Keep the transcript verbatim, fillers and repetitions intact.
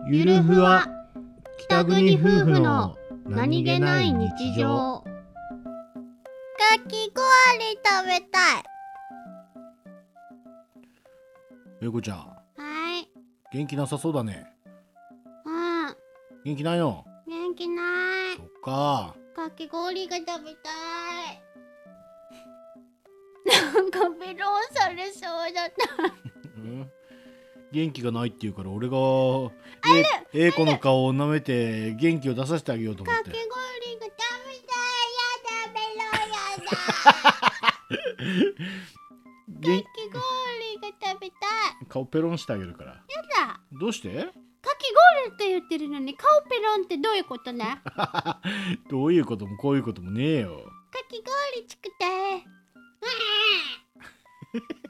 ゆるふわ北国夫婦の何気ない日常。 かき氷食べたい。 ゆうこちゃん、 はい。 元気なさそうだね。 うん。 元気ないの？ 元気ない。 そっか。 かき氷が食べたい。なんかベロンされそうだった。 うん、元気がないって言うから俺がええ子の顔を舐めて元気を出させてあげようと思って。 かき氷が食べたい。やだベロンやだ。かき氷が食べたい。 顔ペロンしてあげるから。 やだ。 どうして？ かき氷って言ってるのに顔ペロンってどういうことね？ どういうこともこういうこともねえよ。 かき氷作って。